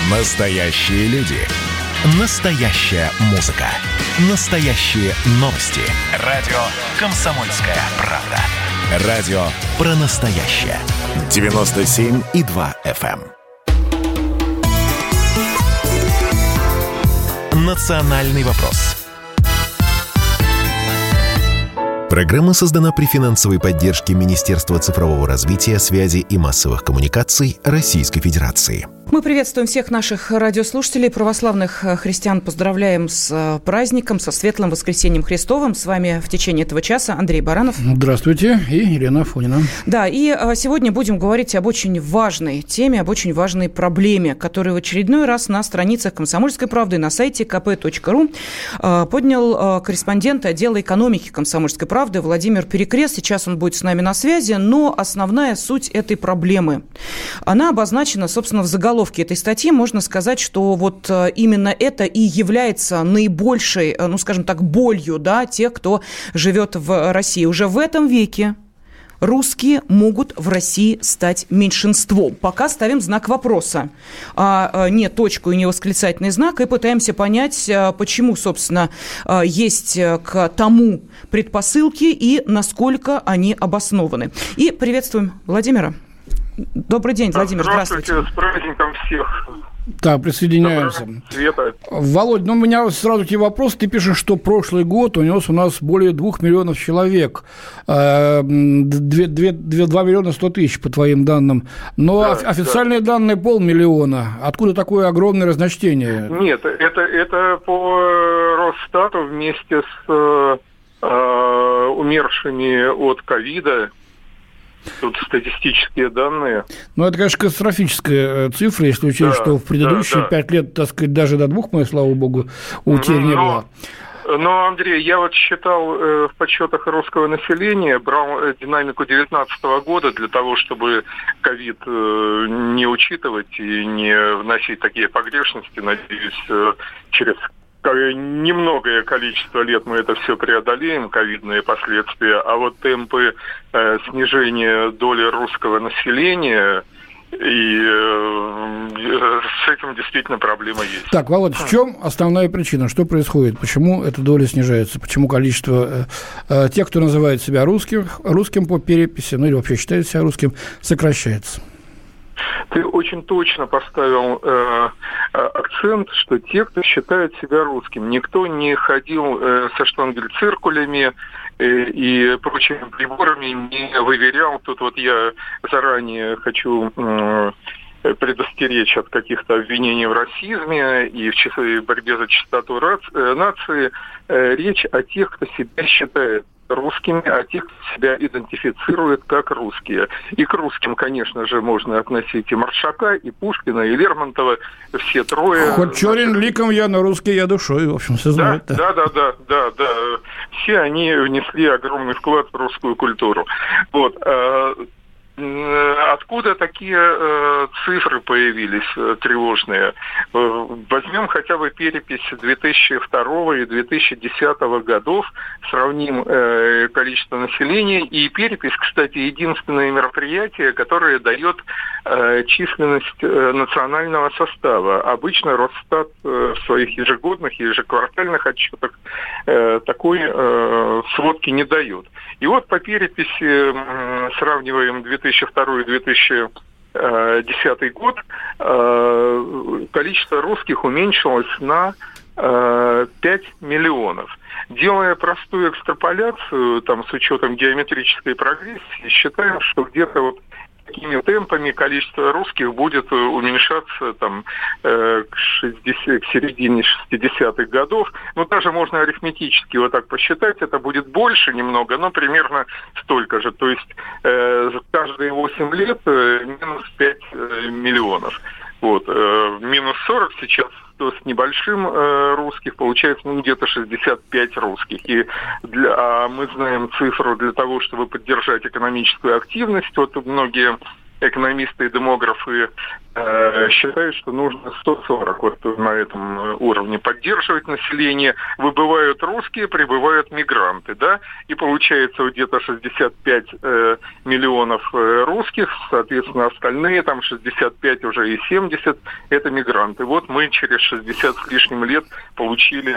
Настоящие люди. Настоящая музыка. Настоящие новости. Радио «Комсомольская правда». Радио про настоящее. 97,2 FM. Национальный вопрос. Программа создана при финансовой поддержке Министерства цифрового развития, связи и массовых коммуникаций Российской Федерации. Мы приветствуем всех наших радиослушателей, православных христиан. Поздравляем с праздником, со светлым воскресением Христовым. С вами в течение этого часа Андрей Баранов. Здравствуйте, и Елена Афонина. Да, и сегодня будем говорить об очень важной теме, об очень важной проблеме, которую в очередной раз на страницах «Комсомольской правды» и на сайте kp.ru поднял корреспондент отдела экономики «Комсомольской правды» Владимир Перекрест. Сейчас он будет с нами на связи, но основная суть этой проблемы, она обозначена, собственно, в заголовке этой статьи. Можно сказать, что вот именно это и является наибольшей, ну, скажем так, болью, да, тех, кто живет в России. Уже в этом веке русские могут в России стать меньшинством. Пока ставим знак вопроса, не точку и не восклицательный знак, и пытаемся понять, почему, собственно, есть к тому предпосылки и насколько они обоснованы. И приветствуем Владимира. Добрый день, Владимир, здравствуйте. С праздником всех. Да, присоединяемся. Володь, ну у меня сразу тебе вопрос. Ты пишешь, что прошлый год унес у нас более 2 миллионов человек. 2 миллиона 100 тысяч, по твоим данным. Но да, официальные данные 500 000. Откуда такое огромное разночтение? Нет, это по Росстату вместе с умершими от ковида. Тут статистические данные. Ну, это, конечно, катастрофическая цифра, если учесть, что в предыдущие 5 лет, так сказать, даже до 2, слава богу, утерь не было. Но, Андрей, я вот считал в подсчетах русского населения, брал динамику 2019 года для того, чтобы ковид не учитывать и не вносить такие погрешности. Надеюсь, через немногое количество лет мы это все преодолеем, ковидные последствия, а вот темпы снижения доли русского населения, и с этим действительно проблема есть. Так, Володь, в чем основная причина? Что происходит? Почему эта доля снижается? Почему количество тех, кто называет себя русским по переписи, ну или вообще считает себя русским, сокращается? Ты очень точно поставил акцент, что те, кто считает себя русским, никто не ходил со штангель-циркулями и прочими приборами, не выверял. Тут вот я заранее хочу предостеречь от каких-то обвинений в расизме и в борьбе за чистоту нации. Речь о тех, кто себя считает русскими, а тех, кто себя идентифицирует как русские. И к русским, конечно же, можно относить и Маршака, и Пушкина, и Лермонтова, все трое. Хоть черен ликом я, но русский я душой, в общем, все знают. Да. Все они внесли огромный вклад в русскую культуру. Вот. Откуда такие цифры появились тревожные? Возьмем хотя бы перепись 2002 и 2010 годов, сравним количество населения, и перепись, кстати, единственное мероприятие, которое дает численность национального состава. Обычно Росстат в своих ежегодных и ежеквартальных отчетах такой сводки не дает. И вот по переписи сравниваем 2002 и 2010 год, количество русских уменьшилось на 5 миллионов. Делая простую экстраполяцию, там, с учетом геометрической прогрессии, считаем, что где-то вот такими темпами количество русских будет уменьшаться там, к середине 60-х годов. Ну, даже можно арифметически вот так посчитать, это будет больше немного, но примерно столько же. То есть каждые 8 лет минус 5 миллионов. Вот. Минус 40 сейчас с небольшим русских, получается где-то 65 русских. И мы знаем цифру для того, чтобы поддержать экономическую активность. Вот многие экономисты и демографы считают, что нужно 140 вот на этом уровне поддерживать население. Выбывают русские, прибывают мигранты, да, и получается где-то 65 миллионов русских, соответственно, остальные там 65 уже и 70 это мигранты. Вот мы через 60 с лишним лет получили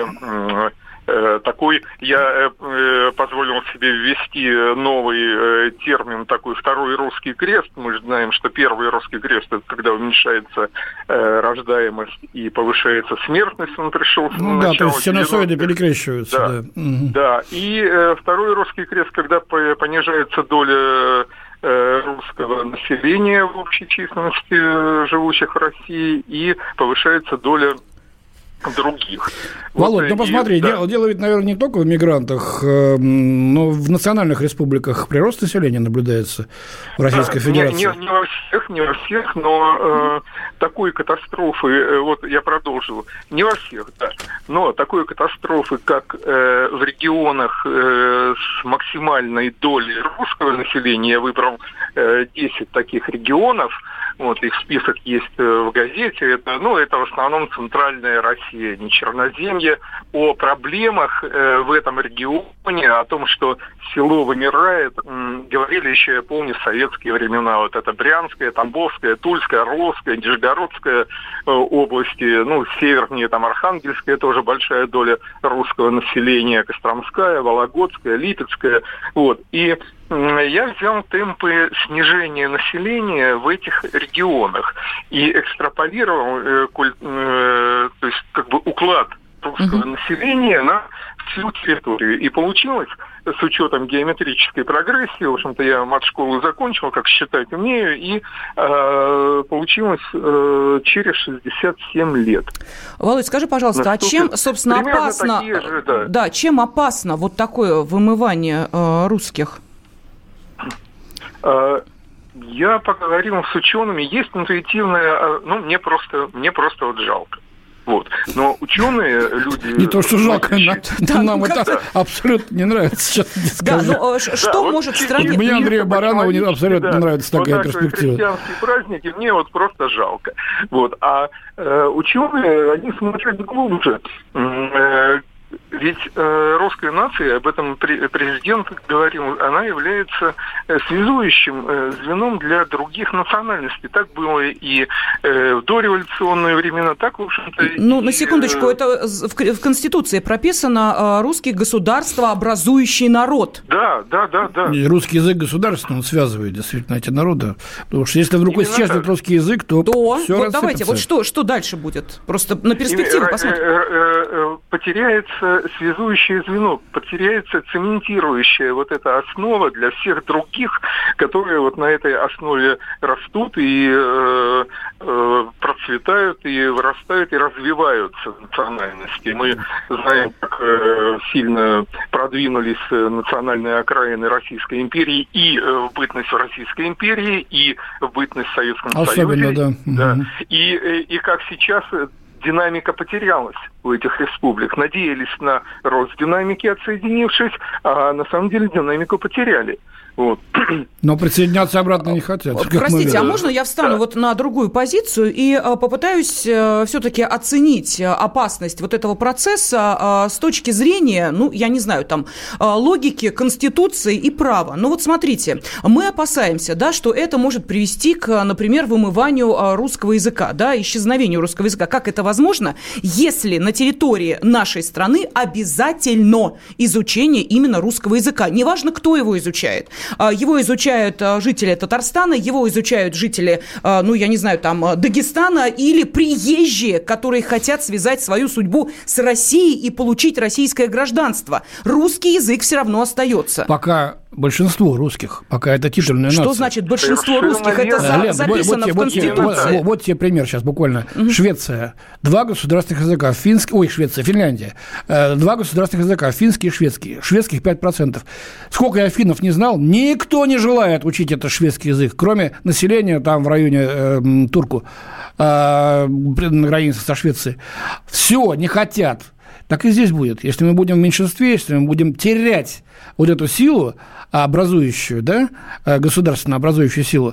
такой, я позволил себе ввести новый термин, такой второй русский крест. Мы же знаем, что первый русский крест – это когда уменьшается рождаемость и повышается смертность. Он пришел с начала. Да, то есть синусоиды перекрещиваются. Да, да. И второй русский крест, когда понижается доля русского населения в общей численности живущих в России и повышается доля других. Володь, ну посмотри, да. дело ведь, наверное, не только в мигрантах, но в национальных республиках прирост населения наблюдается в Российской Федерации. Не во всех, но такой катастрофы, вот я продолжу, не во всех, да, но такой катастрофы, как в регионах с максимальной долей русского населения, я выбрал 10 таких регионов, вот их список есть в газете, это в основном центральная Россия, не Черноземье, о проблемах в этом регионе, о том, что село вымирает, говорили еще, я помню, в советские времена, вот это Брянская, Тамбовская, Тульская, Орловская, Нижегородская области, севернее, там Архангельская, тоже большая доля русского населения, Костромская, Вологодская, Липецкая, вот, и я взял темпы снижения населения в этих регионах и экстраполировал, то есть уклад русского населения на всю территорию. И получилось, с учетом геометрической прогрессии, в общем-то, я матшколу закончил, как считать умею, и получилось через 67 лет. Володь, скажи, пожалуйста, а чем, собственно, опасно... чем опасно вот такое вымывание русских? Я поговорил с учеными, есть интуитивное, мне просто вот жалко. Вот. Но ученые люди... Не то, что жалко, нам это абсолютно не нравится, честно скажу. Да, что может в стране... Мне Андрею Баранову абсолютно не нравится такая перспектива. Христианские праздники мне вот просто жалко. Вот. А ученые, они смотрят глубже. Ведь русская нация, об этом президент говорил, она является связующим звеном для других национальностей. Так было и в дореволюционные времена, так, в общем-то... на секундочку, это в Конституции прописано русский государствообразующий народ. Да. И русский язык государственно он связывает действительно эти народы. Потому что если вдруг исчезнет русский язык, то все вот давайте, вот что дальше будет? Просто на перспективу посмотрим. Потеряется связующее звено, потеряется цементирующая вот эта основа для всех других, которые вот на этой основе растут и процветают, и вырастают, и развиваются национальности. Мы знаем, как сильно продвинулись национальные окраины Российской империи и в бытность в Российской империи, и в бытность в Советском Союзе. Да. И как сейчас... Динамика потерялась у этих республик. Надеялись на рост динамики, отсоединившись, а на самом деле динамику потеряли. Вот. Но присоединяться обратно не хотят. Простите, а можно я встану вот на другую позицию и попытаюсь все-таки оценить опасность вот этого процесса с точки зрения, я не знаю, там, логики, Конституции и права. Вот смотрите, мы опасаемся, да, что это может привести к, например, вымыванию русского языка, да, исчезновению русского языка. Как это возможно, если на территории нашей страны обязательно изучение именно русского языка? Неважно, кто его изучает. Его изучают жители Татарстана, его изучают жители, Дагестана или приезжие, которые хотят связать свою судьбу с Россией и получить российское гражданство. Русский язык все равно остается. Пока большинство русских, пока это титульная нация. Что значит большинство русских? Это записано в Конституции. Вот тебе пример сейчас буквально. Швеция. 2 государственных языка. Финляндия. 2 государственных языка. Финский и шведский. Шведских 5%. Сколько я финнов не знал, никто не желает учить этот шведский язык, кроме населения там в районе Турку, на границе со Швецией. Все, не хотят. Так и здесь будет. Если мы будем в меньшинстве, если мы будем терять вот эту силу образующую, да, государственно образующую силу,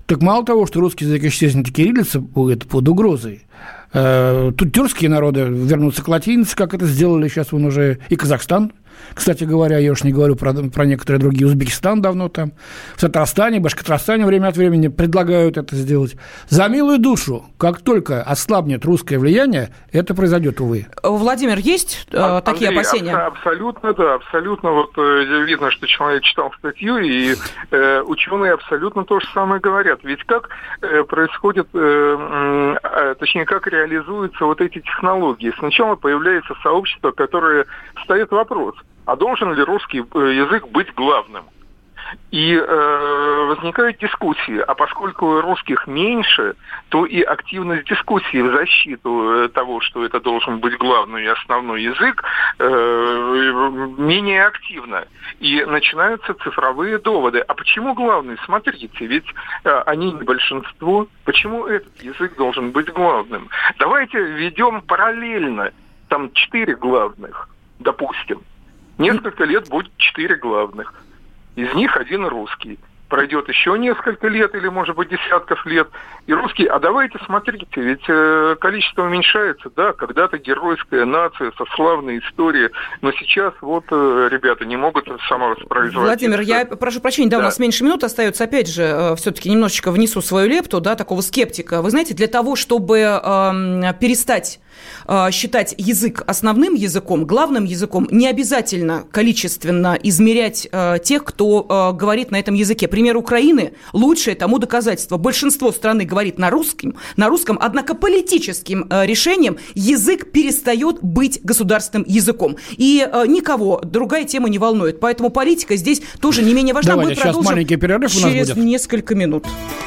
Так мало того, что русский язык исчезнет, и кириллица будет под угрозой. Тут тюркские народы вернутся к латинице, как это сделали сейчас вон уже и Казахстан. Кстати говоря, я уж не говорю про некоторые другие. Узбекистан давно там. В Татарстане, Башкортостане время от времени предлагают это сделать. За милую душу, как только ослабнет русское влияние, это произойдет, увы. Владимир, есть такие опасения? Абсолютно, да. Абсолютно. Вот видно, что человек читал статью, и ученые абсолютно то же самое говорят. Ведь как происходит, точнее, как реализуются вот эти технологии? Сначала появляется сообщество, которое ставит вопрос, а должен ли русский язык быть главным? И возникают дискуссии. А поскольку русских меньше, то и активность дискуссии в защиту того, что это должен быть главный и основной язык, менее активна. И начинаются цифровые доводы. А почему главный? Смотрите, ведь они не большинство. Почему этот язык должен быть главным? Давайте введем параллельно. Там 4 главных, допустим. Несколько лет будет 4 главных. Из них 1 русский. Пройдет еще несколько лет или, может быть, десятков лет, и русский. А давайте смотрите, ведь количество уменьшается, да, когда-то геройская нация со славной историей, но сейчас вот ребята не могут самовоспроизводить. Владимир, я прошу прощения, да, у нас меньше минут остается, опять же, все-таки немножечко внесу свою лепту, да, такого скептика. Вы знаете, для того, чтобы перестать считать язык основным языком, главным языком, не обязательно количественно измерять тех, кто говорит на этом языке. Пример Украины – лучшее тому доказательство. Большинство страны говорит на русском, однако политическим решением язык перестает быть государственным языком. И никого другая тема не волнует. Поэтому политика здесь тоже не менее важна. Давайте, мы продолжим маленький перерыв у нас через несколько минут.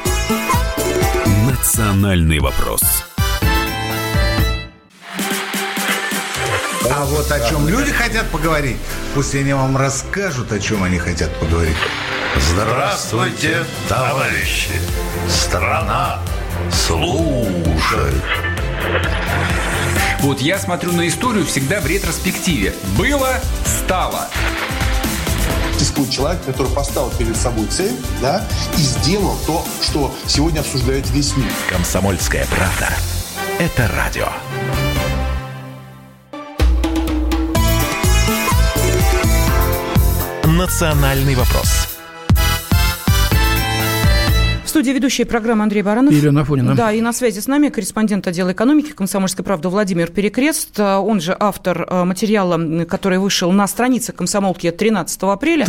Национальный вопрос. А вот о чем люди хотят поговорить, пусть они вам расскажут, о чем они хотят поговорить. Здравствуйте, товарищи! Страна слушает. Вот я смотрю на историю всегда в ретроспективе. Было, стало. Существует человек, который поставил перед собой цель, да, и сделал то, что сегодня обсуждает весь мир. Комсомольская правда. Это радио. Национальный вопрос. В студии ведущая программы Андрей Баранов. Елена Афонина. Да, и на связи с нами корреспондент отдела экономики «Комсомольской правды» Владимир Перекрест, он же автор материала, который вышел на странице «Комсомолки» 13 апреля.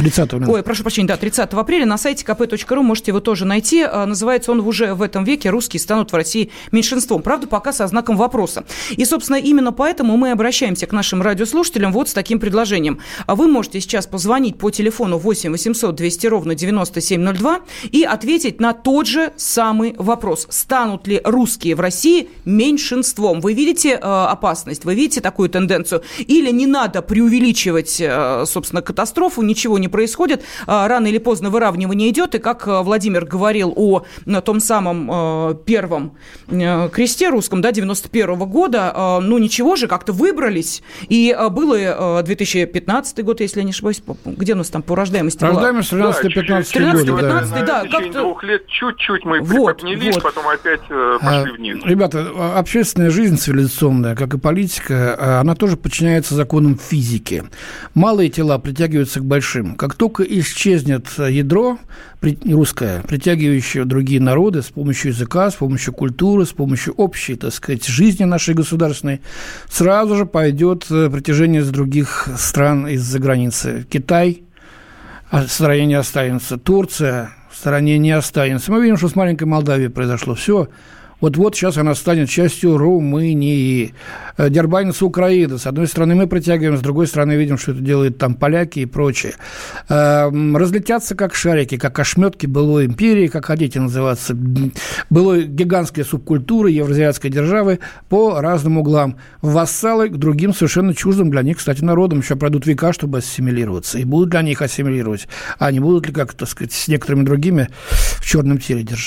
30 апреля. На сайте kp.ru можете его тоже найти. Называется он уже в этом веке «Русские станут в России меньшинством». Правда, пока со знаком вопроса. И, собственно, именно поэтому мы обращаемся к нашим радиослушателям вот с таким предложением. Вы можете сейчас позвонить по телефону 8 800 200 ровно 9702 и ответить на тот же самый вопрос. Станут ли русские в России меньшинством? Вы видите опасность? Вы видите такую тенденцию? Или не надо преувеличивать, собственно, катастрофу, ничего не происходит, рано или поздно выравнивание идет, и, как Владимир говорил о том самом первом кресте русском, да, 91-го года, ну ничего же, как-то выбрались, и было 2015 год, если я не ошибаюсь, где у нас там по рождаемости была? Рождаемость 13-15 год, да. В течение 2 лет чуть-чуть мы приподнялись, потом опять пошли вниз. Ребята, общественная жизнь цивилизационная, как и политика, она тоже подчиняется законам физики. Малые тела притягиваются к большим. Как только исчезнет ядро русское, притягивающее другие народы с помощью языка, с помощью культуры, с помощью общей, так сказать, жизни нашей государственной, сразу же пойдет притяжение из других стран из-за границы. Китай в стороне останется, Турция в стороне не останется. Мы видим, что с маленькой Молдавией произошло все. Вот-вот сейчас она станет частью Румынии, дербанится Украина. С одной стороны мы притягиваем, с другой стороны видим, что это делают там поляки и прочее. Разлетятся как шарики, как ошметки былой империи, как хотите называться, былой гигантской субкультуры евразиатской державы по разным углам. Вассалы к другим совершенно чуждым для них, кстати, народам. Еще пройдут века, чтобы ассимилироваться. И будут ли они их ассимилировать? А не будут ли, как, так сказать, с некоторыми другими в черном теле держать?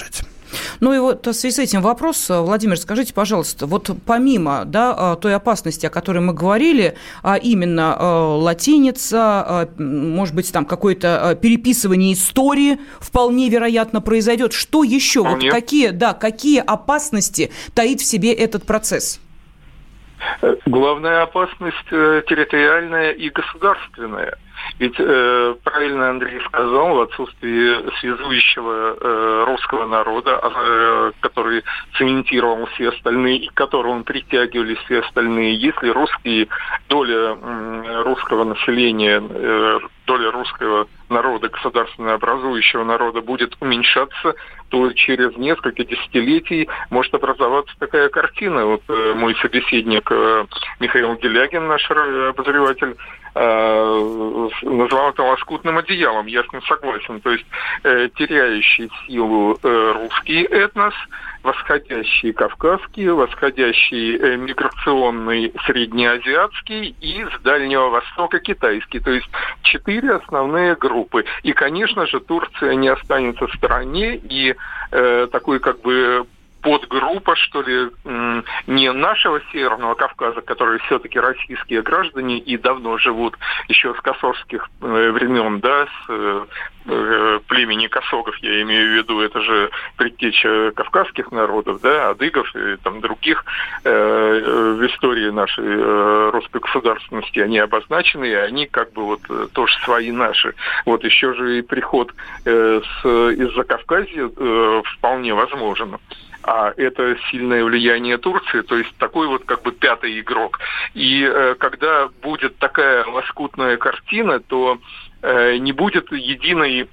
Ну и вот в связи с этим вопрос, Владимир, скажите, пожалуйста, вот помимо той опасности, о которой мы говорили, а именно латиница, может быть, там какое-то переписывание истории вполне вероятно произойдет, что еще? Вот какие опасности таит в себе этот процесс? Главная опасность территориальная и государственная. Ведь правильно Андрей сказал, в отсутствии связующего русского народа, который цементировал все остальные, и к которому притягивались все остальные, если доля русского населения, доля русского народа, государственно образующего народа будет уменьшаться, то через несколько десятилетий может образоваться такая картина. Вот мой собеседник Михаил Делягин, наш обозреватель, назвал это лоскутным одеялом. Я с ним согласен. То есть теряющий силу русский этнос, восходящий кавказский, восходящий миграционный среднеазиатский и с Дальнего Востока китайский. То есть 4 основные группы. И, конечно же, Турция не останется в стороне, и такой подгруппа, что ли, не нашего Северного Кавказа, которые все-таки российские граждане и давно живут еще с косовских времен, с племени косогов, я имею в виду, это же предтеча кавказских народов, адыгов и других в истории нашей русской государственности, они обозначены, и они тоже свои наши. Вот еще же и приход из-за Кавказья вполне возможен. А это сильное влияние Турции, то есть такой пятый игрок. И когда будет такая лоскутная картина, то не будет единой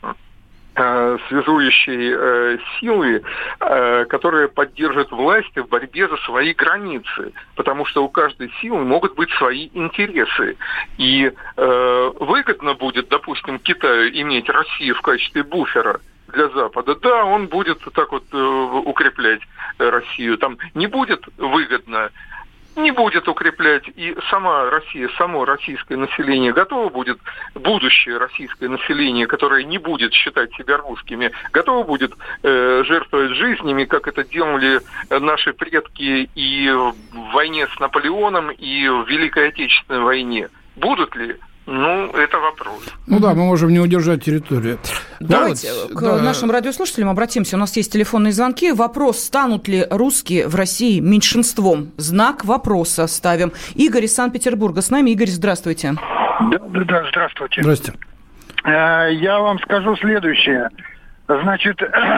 связующей силы, которая поддержит власть в борьбе за свои границы, потому что у каждой силы могут быть свои интересы. И выгодно будет, допустим, Китаю иметь Россию в качестве буфера для Запада. Да, он будет укреплять Россию. Там не будет выгодно, не будет укреплять. И сама Россия, само российское население готово будет, будущее российское население, которое не будет считать себя русскими, готово будет жертвовать жизнями, как это делали наши предки и в войне с Наполеоном, и в Великой Отечественной войне. Будут ли? Это вопрос. Мы можем не удержать территорию. Давайте к нашим радиослушателям обратимся. У нас есть телефонные звонки. Вопрос: станут ли русские в России меньшинством? Знак вопроса ставим. Игорь из Санкт-Петербурга с нами. Игорь, здравствуйте. Да, здравствуйте. Здравствуйте. Я вам скажу следующее. Значит,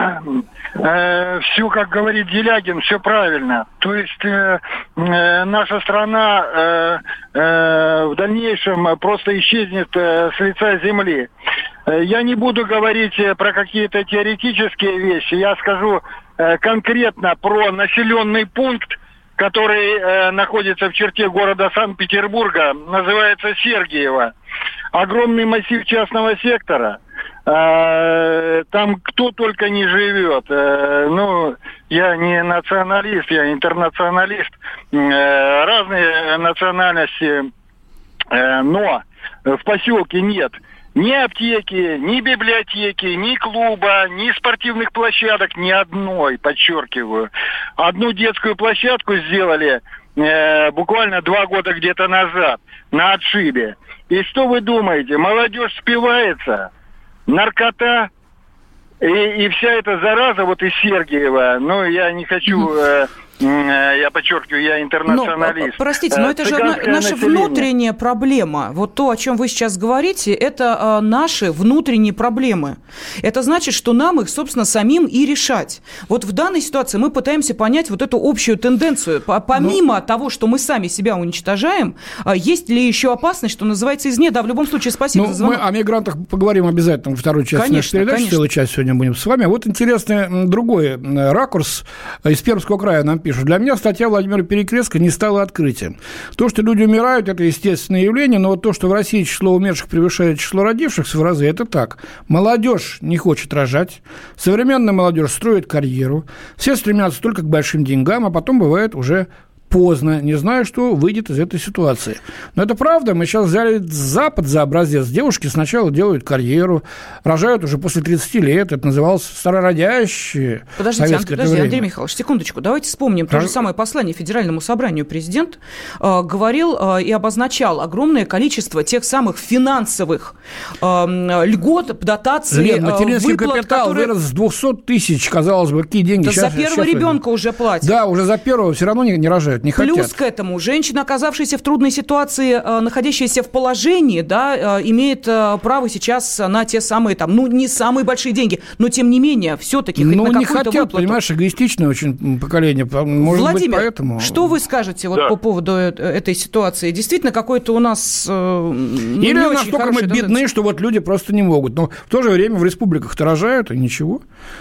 все, как говорит Делягин, все правильно. То есть наша страна в дальнейшем просто исчезнет с лица земли. Я не буду говорить про какие-то теоретические вещи. Я скажу конкретно про населенный пункт, который находится в черте города Санкт-Петербурга, называется Сергиево. Огромный массив частного сектора. Там кто только не живет. Я не националист, я интернационалист. Разные национальности. Но в поселке нет ни аптеки, ни библиотеки, ни клуба, ни спортивных площадок, ни одной, подчеркиваю. Одну детскую площадку сделали буквально 2 года где-то назад на отшибе. И что вы думаете? Молодежь спивается, наркота и вся эта зараза из Сергиева. Я не хочу... Я подчеркиваю, я интернационалист. Простите, но это же наша внутренняя проблема. Вот то, о чем вы сейчас говорите, это наши внутренние проблемы. Это значит, что нам их, собственно, самим и решать. Вот в данной ситуации мы пытаемся понять эту общую тенденцию. Помимо того, что мы сами себя уничтожаем, есть ли еще опасность, что называется, извне? Да, в любом случае, спасибо за звонок. Мы о мигрантах поговорим обязательно во второй части нашей передачи. Целую часть сегодня будем с вами. Вот интересный другой ракурс из Пермского края нам пишут. Для меня статья Владимира Перекрестка не стала открытием. То, что люди умирают, это естественное явление, но то, что в России число умерших превышает число родившихся в разы, это так. Молодежь не хочет рожать, современная молодежь строит карьеру, все стремятся только к большим деньгам, а потом бывает уже поздно, не зная, что выйдет из этой ситуации. Но это правда. Мы сейчас взяли Запад за образец. Девушки сначала делают карьеру, рожают уже после 30 лет. Это называлось старородящие. Подождите, Андрей Михайлович, секундочку. Давайте вспомним то же самое послание Федеральному собранию. Президент говорил и обозначал огромное количество тех самых финансовых льгот, дотаций, материнский капитал вырос с 200 тысяч, казалось бы, какие деньги. За первого ребенка уже платят. Да, уже за первого все равно не рожают, не хотят. Плюс к этому женщина, оказавшаяся в трудной ситуации, находящаяся в положении, да, имеет право сейчас на те самые, там, ну, не самые большие деньги, но, тем не менее, все-таки хоть на какую-то не хотят, выплату. Понимаешь, эгоистичное очень поколение. Может Владимир, быть, поэтому... что вы скажете вот по поводу этой ситуации? Действительно, какой-то у нас Или настолько мы бедны, что вот люди просто не могут. Но в то же время в республиках-то рожают, и ничего.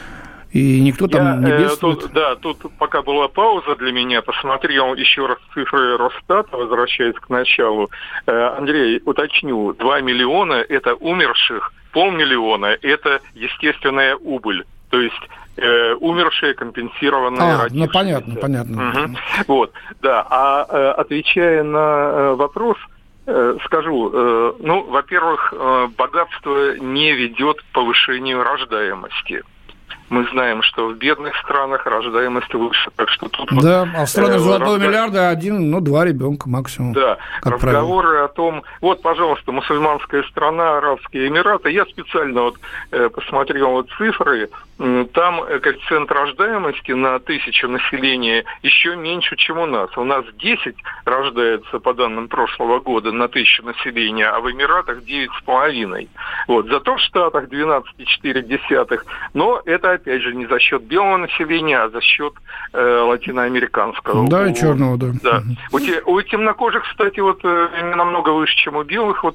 И никто там не бедствует. Тут пока была пауза для меня, посмотрел еще раз цифры Росстата, возвращаясь к началу. Андрей, уточню, 2 миллиона – это умерших, 500 000 – это естественная убыль. То есть умершие, компенсированные родившиеся. Ну, понятно. Угу. Вот, да. Отвечая на вопрос, скажу, во-первых, богатство не ведет к повышению рождаемости. Мы знаем, что в бедных странах рождаемость выше, так что тут... Да, а в странах золотого миллиарда 1-2 ребенка максимум. Да, разговоры о том... Вот, пожалуйста, мусульманская страна, Арабские Эмираты. Я специально посмотрел цифры. Там коэффициент рождаемости на 1000 населения еще меньше, чем у нас. У нас 10 рождается, по данным прошлого года, на 1000 населения, а в Эмиратах 9,5. Вот. Зато в Штатах 12,4. Но это, опять же, не за счет белого населения, а за счет латиноамериканского. Да, и черного, да. У темнокожих, кстати, не намного выше, чем у белых,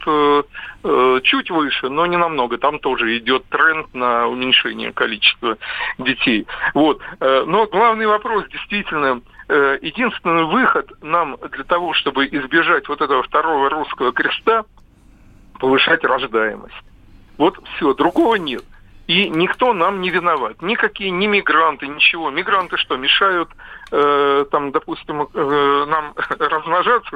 чуть выше, но не намного. Там тоже идет тренд на уменьшение количества детей. Вот. Но главный вопрос, действительно, единственный выход нам для того, чтобы избежать вот этого второго русского креста, повышать рождаемость. Вот все, другого нет. И никто нам не виноват. Никакие, ни мигранты, ничего. Мигранты что, мешают, допустим, нам размножаться,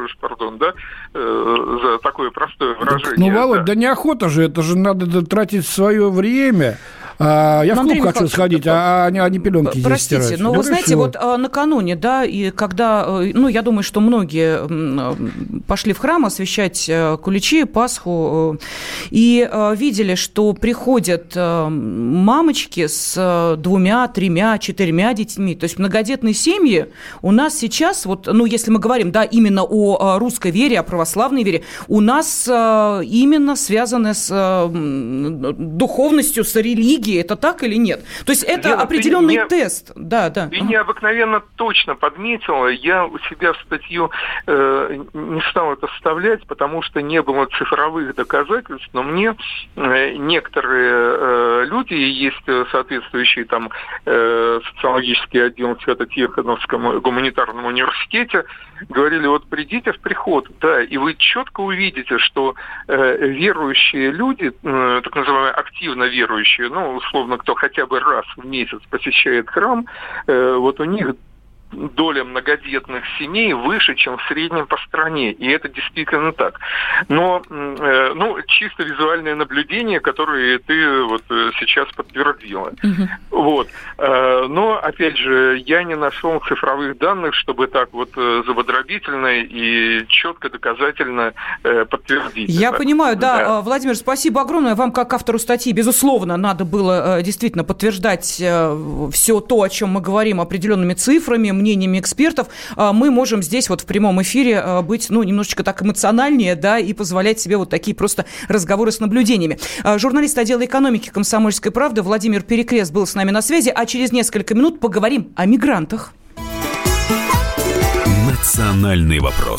за такое простое выражение. Володь, да неохота же, это же надо тратить свое время. Я в клуб хочу сходить, а не пеленки здесь стирать. Простите, но вы знаете, накануне, да, и когда, я думаю, что многие пошли в храм освящать куличи, Пасху, и видели, что приходят мамочки с 2, 3, 4 детьми, то есть многодетные семьи у нас сейчас, если мы говорим, да, именно о русской вере, о православной вере, у нас именно связаны с духовностью, с религией. Это так или нет? То есть это определенный тест. Да. Ты необыкновенно точно подметила. Я у себя в статью не стал это вставлять, потому что не было цифровых доказательств, но мне некоторые люди, есть соответствующий там социологический отдел в Свято-Тихоновском гуманитарном университете, говорили, придите в приход, да, и вы четко увидите, что верующие люди, так называемые активно верующие, условно, кто хотя бы раз в месяц посещает храм, у них доля многодетных семей выше, чем в среднем по стране. И это действительно так. Но, чисто визуальное наблюдение, которое ты сейчас подтвердила. Угу. Но, опять же, я не нашел цифровых данных, чтобы так зубодробительно и четко, доказательно подтвердить. Я понимаю, да. Владимир, спасибо огромное. Вам, как автору статьи, безусловно, надо было действительно подтверждать все то, о чем мы говорим, определенными цифрами, мнениями экспертов. Мы можем здесь в прямом эфире быть, немножечко так эмоциональнее, да, и позволять себе такие просто разговоры с наблюдениями. Журналист отдела экономики «Комсомольской правды» Владимир Перекрест был с нами на связи, а через несколько минут поговорим о мигрантах. Национальный вопрос.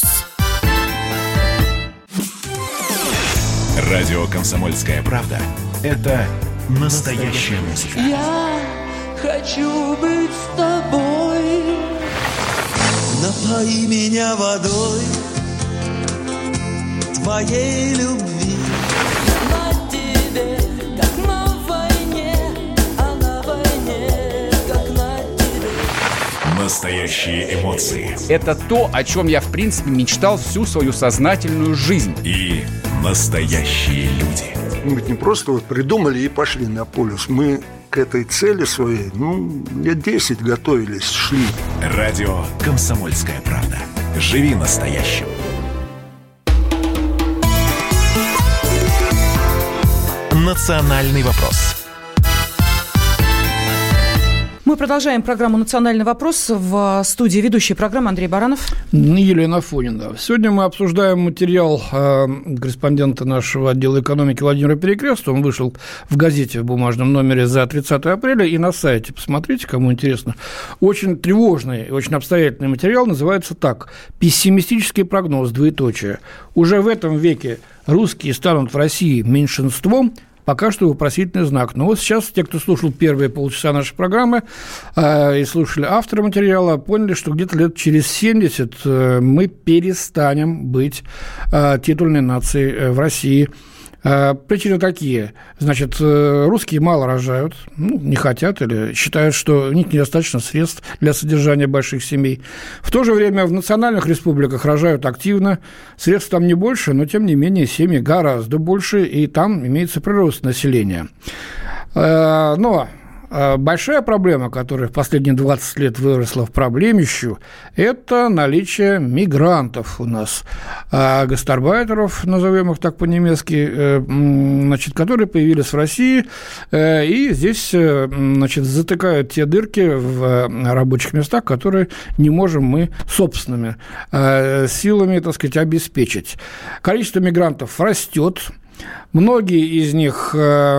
Радио «Комсомольская правда» – это настоящая музыка. Я хочу быть с тобой. Напои меня водой твоей любви. На тебе, как на войне, а на войне, как на тебе. Настоящие эмоции. Это то, о чем я, в принципе, мечтал всю свою сознательную жизнь. И настоящие люди. Мы ведь не просто вот придумали и пошли на полюс. Мы к этой цели своей, лет 10 готовились, шли. Радио «Комсомольская правда». Живи настоящим. «Национальный вопрос». Мы продолжаем программу «Национальный вопрос». В студии ведущая программы Андрей Баранов. Елена Афонина. Сегодня мы обсуждаем материал корреспондента нашего отдела экономики Владимира Перекрестова. Он вышел в газете в бумажном номере за 30 апреля и на сайте. Посмотрите, кому интересно. Очень тревожный, очень обстоятельный материал. Называется так: «Пессимистический прогноз, двоеточие. Уже в этом веке русские станут в России меньшинством». Пока что вопросительный знак. Но вот сейчас те, кто слушал первые полчаса нашей программы и слушали автора материала, поняли, что где-то лет через 70 мы перестанем быть титульной нацией в России. Причины какие? Значит, русские мало рожают, не хотят или считают, что у них недостаточно средств для содержания больших семей. В то же время в национальных республиках рожают активно, средств там не больше, но, тем не менее, семьи гораздо больше, и там имеется прирост населения. Но большая проблема, которая в последние 20 лет выросла в проблемищу, это наличие мигрантов у нас, гастарбайтеров, назовем их так по-немецки, значит, которые появились в России и здесь, значит, затыкают те дырки в рабочих местах, которые не можем мы собственными силами, так сказать, обеспечить. Количество мигрантов растет. Многие из них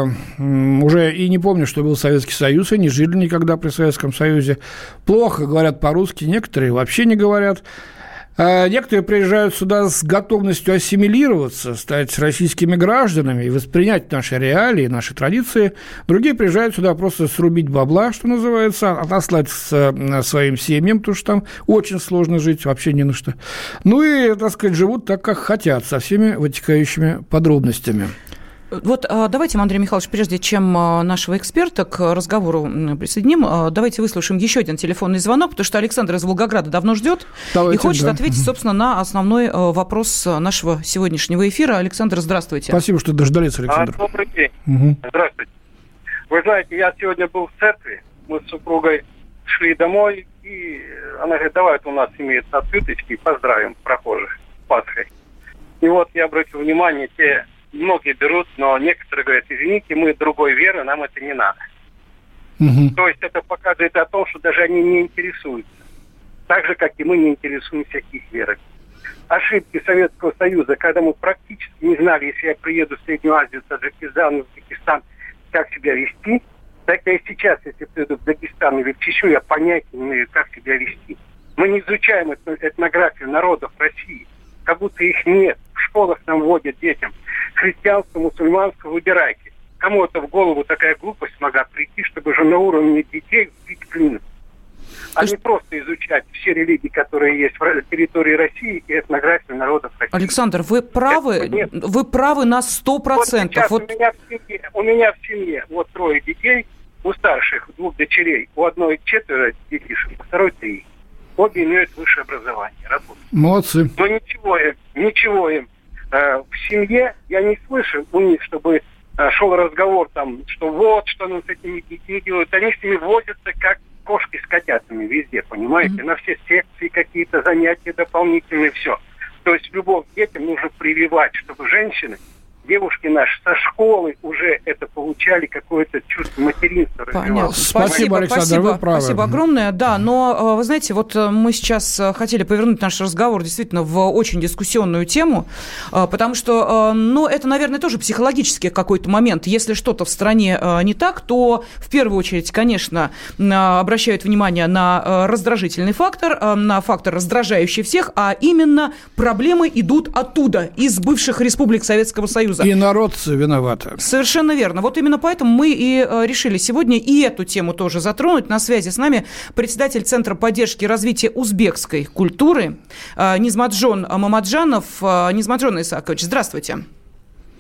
уже и не помню, что был Советский Союз, и не жили никогда при Советском Союзе. Плохо говорят по-русски, некоторые вообще не говорят. Некоторые приезжают сюда с готовностью ассимилироваться, стать российскими гражданами и воспринять наши реалии, наши традиции. Другие приезжают сюда просто срубить бабла, что называется, отослать своим семьям, потому что там очень сложно жить, вообще не на что. Ну и, так сказать, живут так, как хотят, со всеми вытекающими подробностями. Вот давайте, Андрей Михайлович, прежде чем нашего эксперта к разговору присоединим, давайте выслушаем еще один телефонный звонок, потому что Александр из Волгограда давно ждет и хочет ответить, собственно, на основной вопрос нашего сегодняшнего эфира. Александр, здравствуйте. Спасибо, что дождались, Александр. Добрый день. Здравствуйте. Вы знаете, я сегодня был в церкви, мы с супругой шли домой, и она говорит, давай, у нас имеются открыточки, поздравим прохожих с Пасхой. И вот я обратил внимание, многие берут, но некоторые говорят, извините, мы другой веры, нам это не надо. То есть это показывает о том, что даже они не интересуются. Так же, как и мы не интересуемся их верой. Ошибки Советского Союза, когда мы практически не знали, если я приеду в Среднюю Азию, в Таджикистан, в Узбекистан, как себя вести, так и сейчас, если приеду в Дагестан или в Чечню, я понятия не имею, как себя вести. Мы не изучаем этнографию народов России, как будто их нет. В школах нам вводят детям христианство, мусульманство, выбирайте. Кому это в голову такая глупость могла прийти, чтобы же на уровне детей вбить клин? А не просто изучать все религии, которые есть в территории России и этнографию народов России. Александр, вы правы на 100%. Вот сейчас вот... у меня в семье вот 3 детей, у старших 2 дочерей, у одной 4 детишек, у второй 3. Обе имеют высшее образование, работают. Молодцы. Но ничего им. В семье я не слышу у них, чтобы шел разговор там, что вот, что они с этими детьми делают. Они с ними возятся, как кошки с котятами везде, понимаете? На все секции какие-то занятия дополнительные, все. То есть любовь к детям нужно прививать, чтобы женщины, девушки наши со школы уже это получали, какое-то чувство материнства. Понятно. Спасибо, Александр, вы правы. Спасибо огромное. Да, но, вы знаете, вот мы сейчас хотели повернуть наш разговор действительно в очень дискуссионную тему, потому что, это, наверное, тоже психологический какой-то момент. Если что-то в стране не так, то в первую очередь, конечно, обращают внимание на раздражительный фактор, на фактор, раздражающий всех, а именно проблемы идут оттуда, из бывших республик Советского Союза. И народ виноват. Совершенно верно. Вот именно поэтому мы и решили сегодня и эту тему тоже затронуть. На связи с нами председатель Центра поддержки и развития узбекской культуры Низмаджон Мамаджанов. Низмаджон Исаакович, здравствуйте.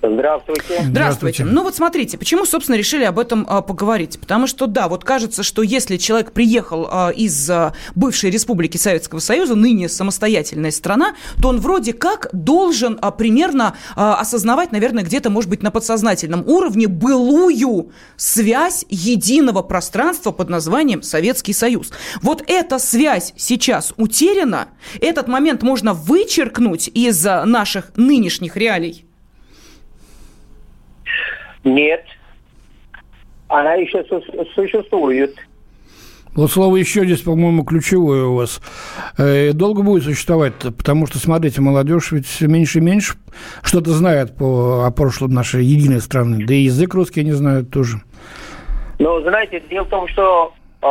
Здравствуйте. Здравствуйте. Ну вот смотрите, почему, собственно, решили об этом поговорить? Потому что, да, вот кажется, что если человек приехал из бывшей Республики Советского Союза, ныне самостоятельная страна, то он вроде как должен примерно осознавать, наверное, где-то, может быть, на подсознательном уровне былую связь единого пространства под названием Советский Союз. Вот эта связь сейчас утеряна, этот момент можно вычеркнуть из наших нынешних реалий? Нет, она еще существует. Вот слово «еще» здесь, по-моему, ключевое у вас. Долго будет существовать? Потому что, смотрите, молодежь ведь все меньше и меньше что-то знает о прошлом нашей единой страны. Да и язык русский не знают тоже. Ну, знаете, дело в том, что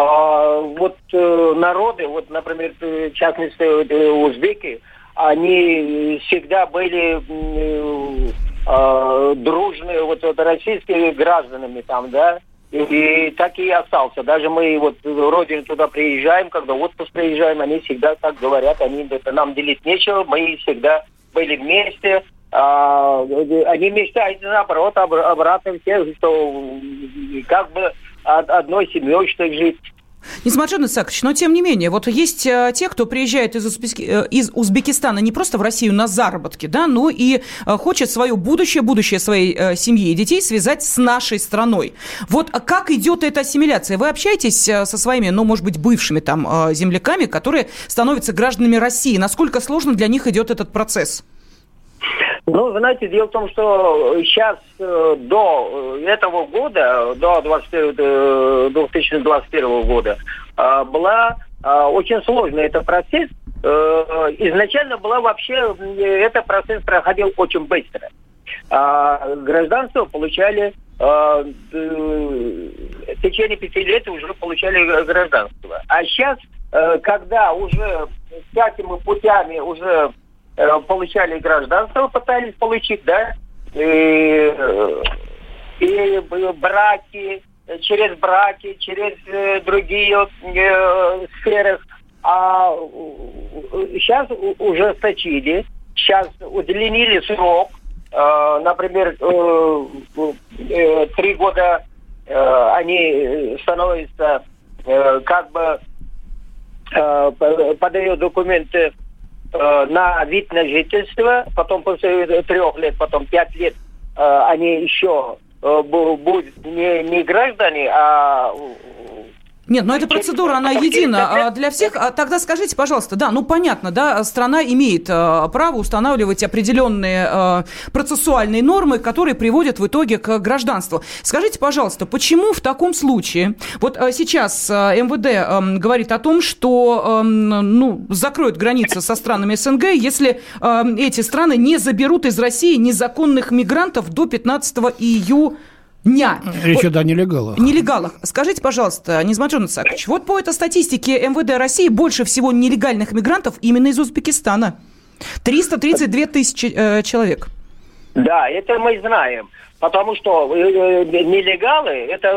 народы, вот, например, в частности, узбеки, они всегда были дружные российскими гражданами там, да, и так и остался. Даже мы вот родину туда приезжаем, когда в отпуск приезжаем, они всегда так говорят, нам делить нечего, мы всегда были вместе. Они мечтают, наоборот, обратно все, что как бы одной семьей что жить. Несмотря Исаакович, но тем не менее, вот есть те, кто приезжает из Узбекистана не просто в Россию на заработки, да, но и хочет свое будущее своей семьи и детей связать с нашей страной. Вот как идет эта ассимиляция? Вы общаетесь со своими, может быть, бывшими там земляками, которые становятся гражданами России? Насколько сложно для них идет этот процесс? Ну, знаете, дело в том, что сейчас до этого года, до 2021 года, была очень сложный этот процесс. Изначально этот процесс проходил очень быстро. Гражданство получали в течение 5 лет уже получали гражданство. А сейчас, когда уже всякими путями уже получали гражданство, пытались получить, да, и браки, через другие сферы. А сейчас ужесточили, сейчас удлинили срок, например, 3 года они становятся, подают документы на вид на жительство, потом после 3 лет, потом 5 лет они еще будут не граждане, а... Нет, но эта процедура, она едина для всех. Тогда скажите, пожалуйста, да, понятно, да, страна имеет право устанавливать определенные процессуальные нормы, которые приводят в итоге к гражданству. Скажите, пожалуйста, почему в таком случае, вот сейчас МВД говорит о том, что, закроют границы со странами СНГ, если эти страны не заберут из России незаконных мигрантов до 15 июня. Речь идет о нелегалах. Нелегалах. Скажите, пожалуйста, Низмаджон Исаакович, вот по этой статистике МВД России больше всего нелегальных мигрантов именно из Узбекистана. 332 тысячи человек. Да, это мы знаем. Потому что нелегалы, это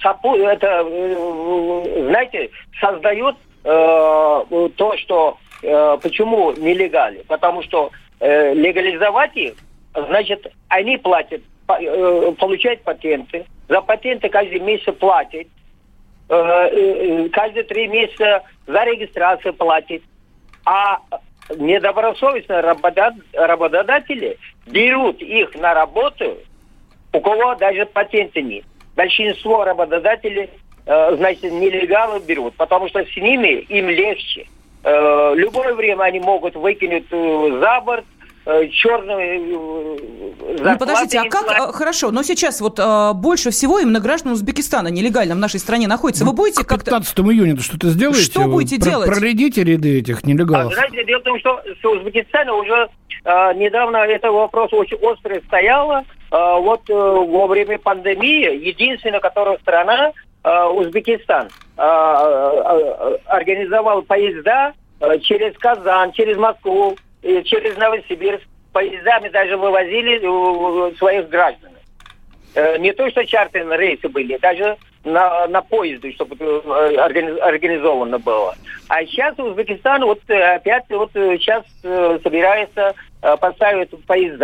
знаете, создают то, что... почему нелегалы? Потому что легализовать их, значит, они получают патенты. За патенты каждый месяц платят. Каждые 3 месяца за регистрацию платят. А недобросовестные работодатели берут их на работу, у кого даже патента нет. Большинство работодателей, значит, нелегалов берут, потому что с ними им легче. Любое время они могут выкинуть за борт черную зарплату. Подождите, а как? Хорошо, но сейчас вот больше всего именно граждан Узбекистана нелегально в нашей стране находится. Вы будете как-то... 15 июня что-то сделаете? Что будете делать? Проредите ряды этих нелегалов. Знаете, дело в том, что с Узбекистана уже недавно этот вопрос очень остро стоял. Во время пандемии единственная, которая страна, Узбекистан, организовал поезда через Казань, через Москву, через Новосибирск. Поездами даже вывозили своих граждан. Не то, что чартерные рейсы были, даже на поезды, чтобы организовано было. А сейчас Узбекистан опять сейчас собирается поставить поезда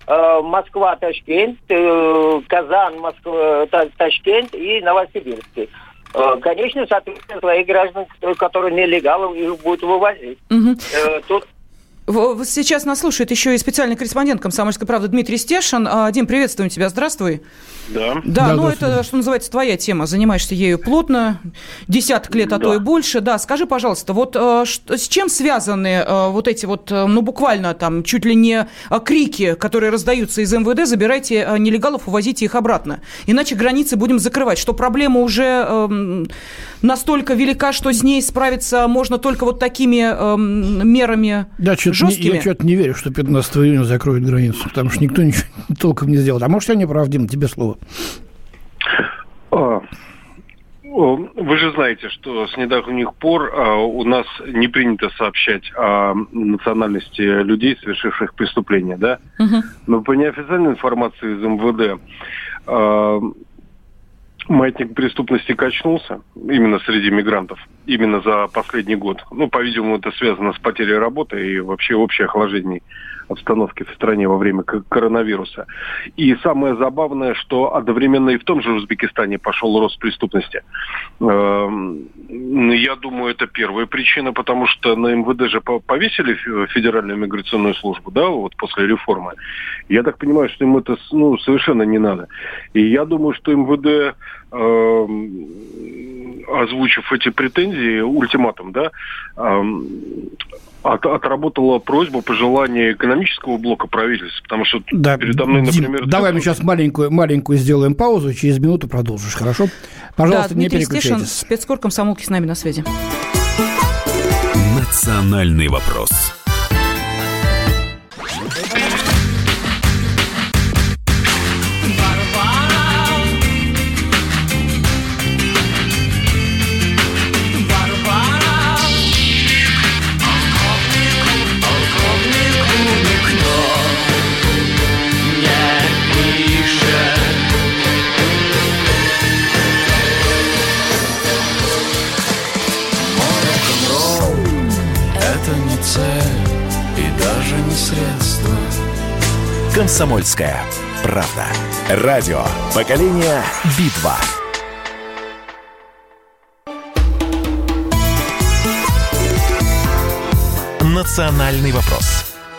Москва-Ташкент, Казань-Ташкент и Новосибирск. Конечно, соответственно, своих граждан, которые нелегалы, их будут вывозить. Тут сейчас нас слушает еще и специальный корреспондент «Комсомольской правды» Дмитрий Стешин. Дим, приветствуем тебя, здравствуй. Да, ну это, что называется, твоя тема. Занимаешься ею плотно, десяток лет, а то и больше. Да, скажи, пожалуйста, вот с чем связаны вот эти вот, ну буквально там чуть ли не крики, которые раздаются из МВД: забирайте нелегалов, увозите их обратно, иначе границы будем закрывать? Что проблема уже настолько велика, что с ней справиться можно только вот такими мерами жесткими? Я что-то не верю, что 15 июня закроют границу, потому что никто ничего толком не сделал. А может, я не прав, Дим, тебе слово. Вы же знаете, что с недавних пор у нас не принято сообщать о национальности людей, совершивших преступления, да? Но по неофициальной информации из МВД маятник преступности качнулся именно среди мигрантов, именно за последний год. Ну, по-видимому, это связано с потерей работы и вообще общей охлаждением обстановки в стране во время коронавируса. И самое забавное, что одновременно и в том же Узбекистане пошел рост преступности. Я думаю, это первая причина, потому что на МВД же повесили Федеральную миграционную службу, да, вот после реформы. Я так понимаю, что им это совершенно не надо. И я думаю, что МВД, озвучив эти претензии, ультиматум, да, отработала просьбу, пожелание экономического блока правительства, потому что передо мной, например... Дим, давай мы сейчас маленькую сделаем паузу, через минуту продолжишь, хорошо? Пожалуйста, не переключайтесь. Дмитрий Стешин, спецкор комсомолки, с нами на связи. Национальный вопрос. «Комсомольская правда». Радио «Поколение Битва». Национальный вопрос.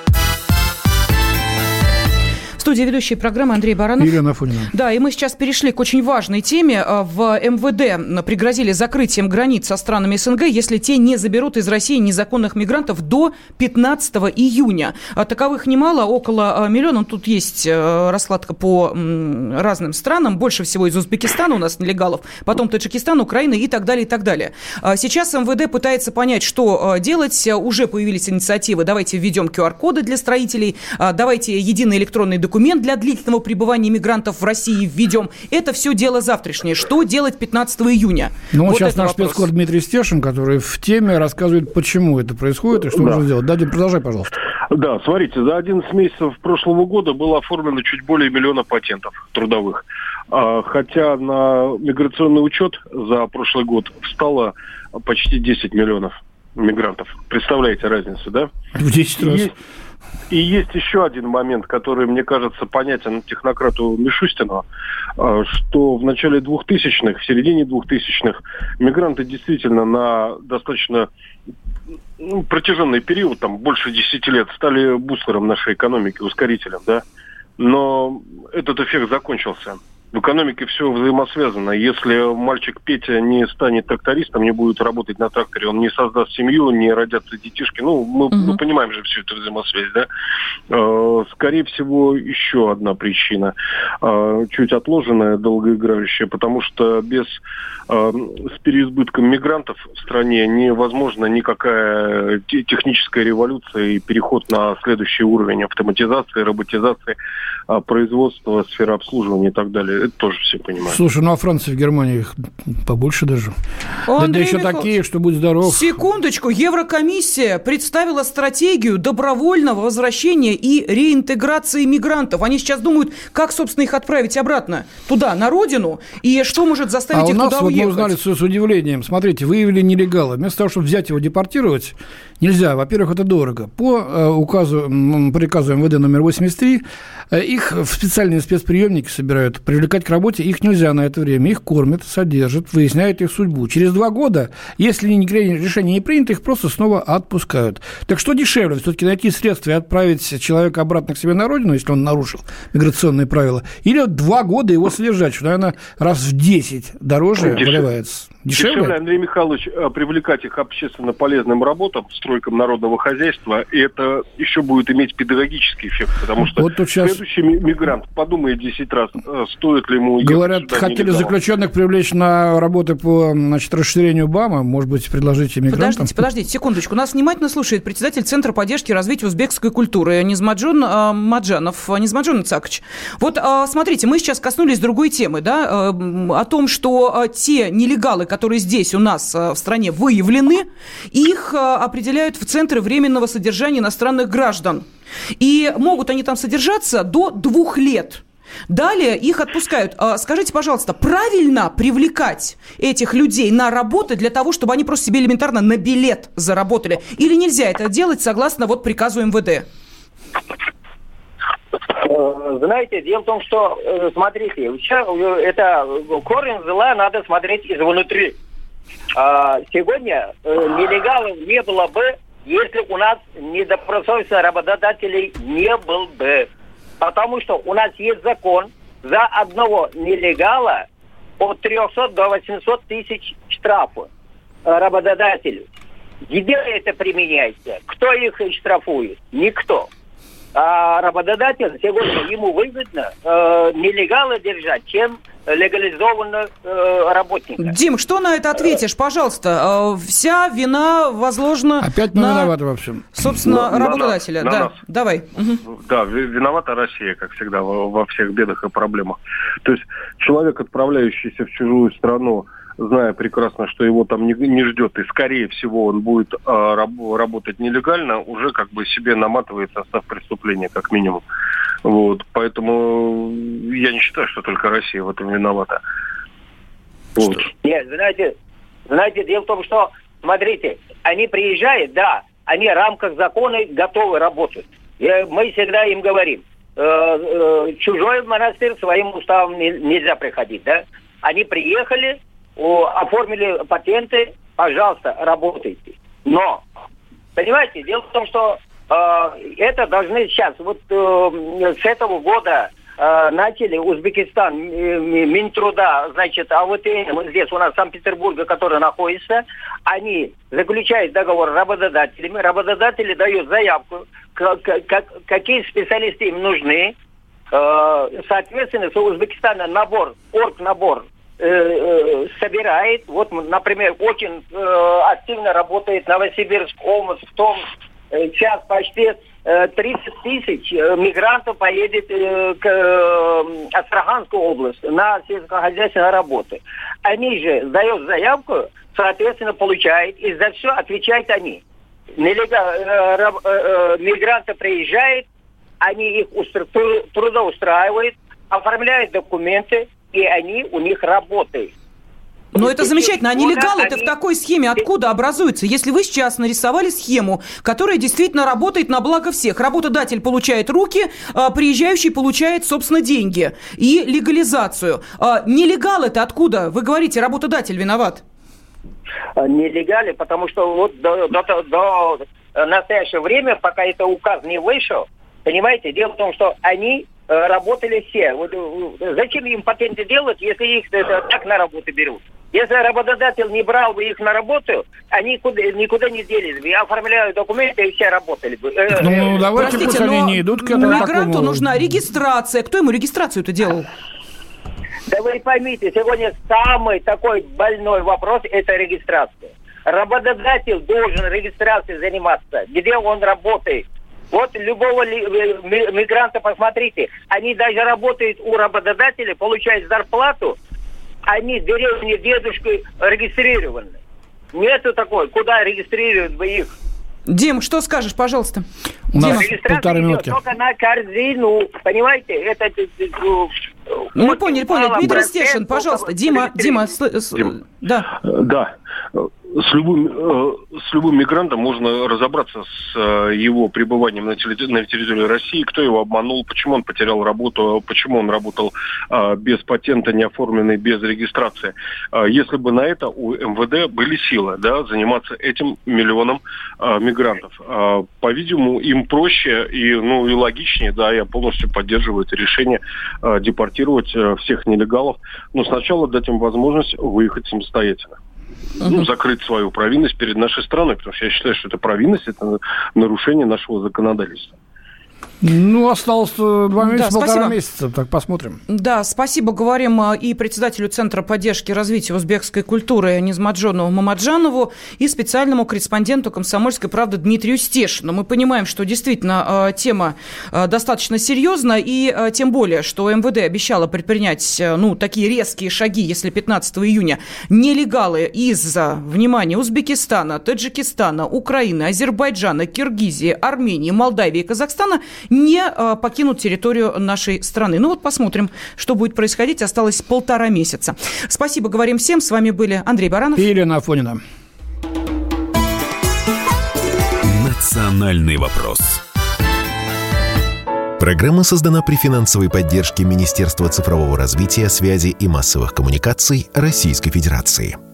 В студии ведущей программы Андрей Баранов. Елена Афонина. Да, и мы сейчас перешли к очень важной теме. В МВД пригрозили закрытием границ со странами СНГ, если те не заберут из России незаконных мигрантов до 15 июня. Таковых немало, около миллиона. Тут есть раскладка по разным странам. Больше всего из Узбекистана у нас нелегалов, потом Таджикистан, Украина и так далее, и так далее. Сейчас МВД пытается понять, что делать. Уже появились инициативы. Давайте введем QR-коды для строителей, давайте единый электронный документ для длительного пребывания мигрантов в России введем. Это все дело завтрашнее. Что делать 15 июня? Ну, вот сейчас наш спецкор Дмитрий Стешин, который в теме, рассказывает, почему это происходит и что нужно сделать. Да, Дим, продолжай, пожалуйста. Да, смотрите, за 11 месяцев прошлого года было оформлено чуть более 1 миллиона патентов трудовых. Хотя на миграционный учет за прошлый год встало почти 10 миллионов мигрантов. Представляете разницу, да? В 10 раз. И есть еще один момент, который, мне кажется, понятен технократу Мишустину, что в начале 2000-х, в середине 2000-х мигранты действительно на достаточно протяженный период, там больше 10 лет, стали бустером нашей экономики, ускорителем, да. Но этот эффект закончился. В экономике все взаимосвязано. Если мальчик Петя не станет трактористом, не будет работать на тракторе, он не создаст семью, не родятся детишки. Ну, мы понимаем же всю эту взаимосвязь, да? Скорее всего, еще одна причина, чуть отложенная, долгоиграющая, потому что с переизбытком мигрантов в стране невозможна никакая техническая революция и переход на следующий уровень автоматизации, роботизации, производства, сферы обслуживания и так далее. Это тоже все понимают. Слушай, ну а Франция в Германии их побольше даже. Да еще такие, что будь здоров. Секундочку. Еврокомиссия представила стратегию добровольного возвращения и реинтеграции мигрантов. Они сейчас думают, как, собственно, их отправить обратно туда, на родину, и что может заставить их туда уехать. А у нас, мы узнали с удивлением, смотрите, выявили нелегала. Вместо того, чтобы взять его, депортировать, нельзя. Во-первых, это дорого. По приказу МВД номер 83, их в специальные спецприемники собирают. Привлекать к работе их нельзя на это время. Их кормят, содержат, выясняют их судьбу. Через 2 года, если решение не принято, их просто снова отпускают. Так что дешевле? Все-таки найти средства и отправить человека обратно к себе на родину, если он нарушил миграционные правила, или 2 года его содержать, что, наверное, раз в 10 дороже выливается. Дешевле, Андрей Михайлович, привлекать их общественно полезным работам, стройкам народного хозяйства, и это еще будет иметь педагогический эффект, потому что следующий мигрант подумает 10 раз, стоит ли ему... Говорят, хотели заключенных привлечь на работы по, расширению БАМа, может быть, предложите мигрантам? Подождите, секундочку. Нас внимательно слушает председатель Центра поддержки и развития узбекской культуры Низмаджон Маджанов. Низмаджон Ицакович. Вот, смотрите, мы сейчас коснулись другой темы, да, о том, что те нелегалы, которые здесь у нас в стране выявлены, их определяют в Центры временного содержания иностранных граждан. И могут они там содержаться до 2 лет. Далее их отпускают. Скажите, пожалуйста, правильно привлекать этих людей на работу для того, чтобы они просто себе элементарно на билет заработали? Или нельзя это делать согласно приказу МВД? Знаете, дело в том, что, смотрите, это корень зла надо смотреть изнутри. Сегодня нелегалов не было бы, если у нас недобросовестных работодателей не был бы. Потому что у нас есть закон, за одного нелегала от 300 до 800 тысяч штрафов работодателю. Где это применяется? Кто их штрафует? Никто. А работодатель сегодня ему выгодно нелегала держать, чем легализованного работника. Дим, что на это ответишь, пожалуйста? Вся вина возложена опять мы виноваты во всем. Собственно, работодателя. На нас. Давай. Да, виновата Россия, как всегда, во всех бедах и проблемах. То есть человек, отправляющийся в чужую страну, зная прекрасно, что его там не ждет, и, скорее всего, он будет работать нелегально, уже себе наматывает состав преступления, как минимум. Поэтому я не считаю, что только Россия в этом виновата. Нет, знаете, дело в том, что, смотрите, они приезжают, да, они в рамках закона готовы работать. Мы всегда им говорим, чужой монастырь своим уставом нельзя приходить, да. Они приехали, оформили патенты, пожалуйста, работайте. Но, понимаете, дело в том, что это должны сейчас, с этого года начали Узбекистан, Минтруда, АВТН, здесь у нас Санкт-Петербурга, который находится, они заключают договор с работодателями, работодатели дают заявку, какие специалисты им нужны, соответственно, с Узбекистана оргнабор собирает. Например, очень активно работает Новосибирск, Омск, в том сейчас почти 30 тысяч мигрантов поедет к Астраханской области на сельскохозяйственные работы. Они же сдают заявку, соответственно, получают, и за все отвечают они. Мигранты приезжают, они их трудоустраивают, оформляют документы, и они у них работают. Но это замечательно. А нелегалы-то в такой схеме откуда образуются? Если вы сейчас нарисовали схему, которая действительно работает на благо всех. Работодатель получает руки, приезжающий получает, собственно, деньги и легализацию. Нелегалы-то откуда? Вы говорите, работодатель виноват. Нелегалы, потому что до настоящего времени, пока это указ не вышел, понимаете, дело в том, что они работали все. Зачем им патенты делать, если их так на работу берут? Если работодатель не брал бы их на работу, они никуда не делись бы. Оформляют документы, и все работали бы. Давайте, пусть они не идут к этому. Мигранту нужна регистрация. Кто ему регистрацию-то делал? Да вы поймите, сегодня самый такой больной вопрос – это регистрация. Работодатель должен регистрацией заниматься, где он работает. Вот любого мигранта, посмотрите, они даже работают у работодателя, получают зарплату, они в деревне дедушкой регистрированы. Нету такой, куда регистрировать бы их. Дим, что скажешь, пожалуйста? У нас полторы минутки. Только на корзину, понимаете? Это... Мы поняли. Дмитрий Стешин, пожалуйста. Дима. Да. Да. С любым мигрантом можно разобраться с его пребыванием на территории России, кто его обманул, почему он потерял работу, почему он работал без патента, не оформленный, без регистрации. Если бы на это у МВД были силы, да, заниматься этим миллионом мигрантов. По-видимому, им проще и логичнее, да, я полностью поддерживаю это решение депортировать всех нелегалов, но сначала дать им возможность выехать самостоятельно. Закрыть свою провинность перед нашей страной, потому что я считаю, что это провинность, это нарушение нашего законодательства. Осталось 2 месяца, полтора месяца, так посмотрим. Да, спасибо, говорим и председателю Центра поддержки и развития узбекской культуры Низмаджону Мамаджанову и специальному корреспонденту «Комсомольской правды» Дмитрию Стешину. Мы понимаем, что действительно тема достаточно серьезна, и тем более, что МВД обещало предпринять такие резкие шаги, если 15 июня нелегалы из-за, внимания, Узбекистана, Таджикистана, Украины, Азербайджана, Киргизии, Армении, Молдавии и Казахстана не покинут территорию нашей страны. Посмотрим, что будет происходить. Осталось 1,5 месяца. Спасибо, говорим всем. С вами были Андрей Баранов и Елена Афонина. Национальный вопрос. Программа создана при финансовой поддержке Министерства цифрового развития, связи и массовых коммуникаций Российской Федерации.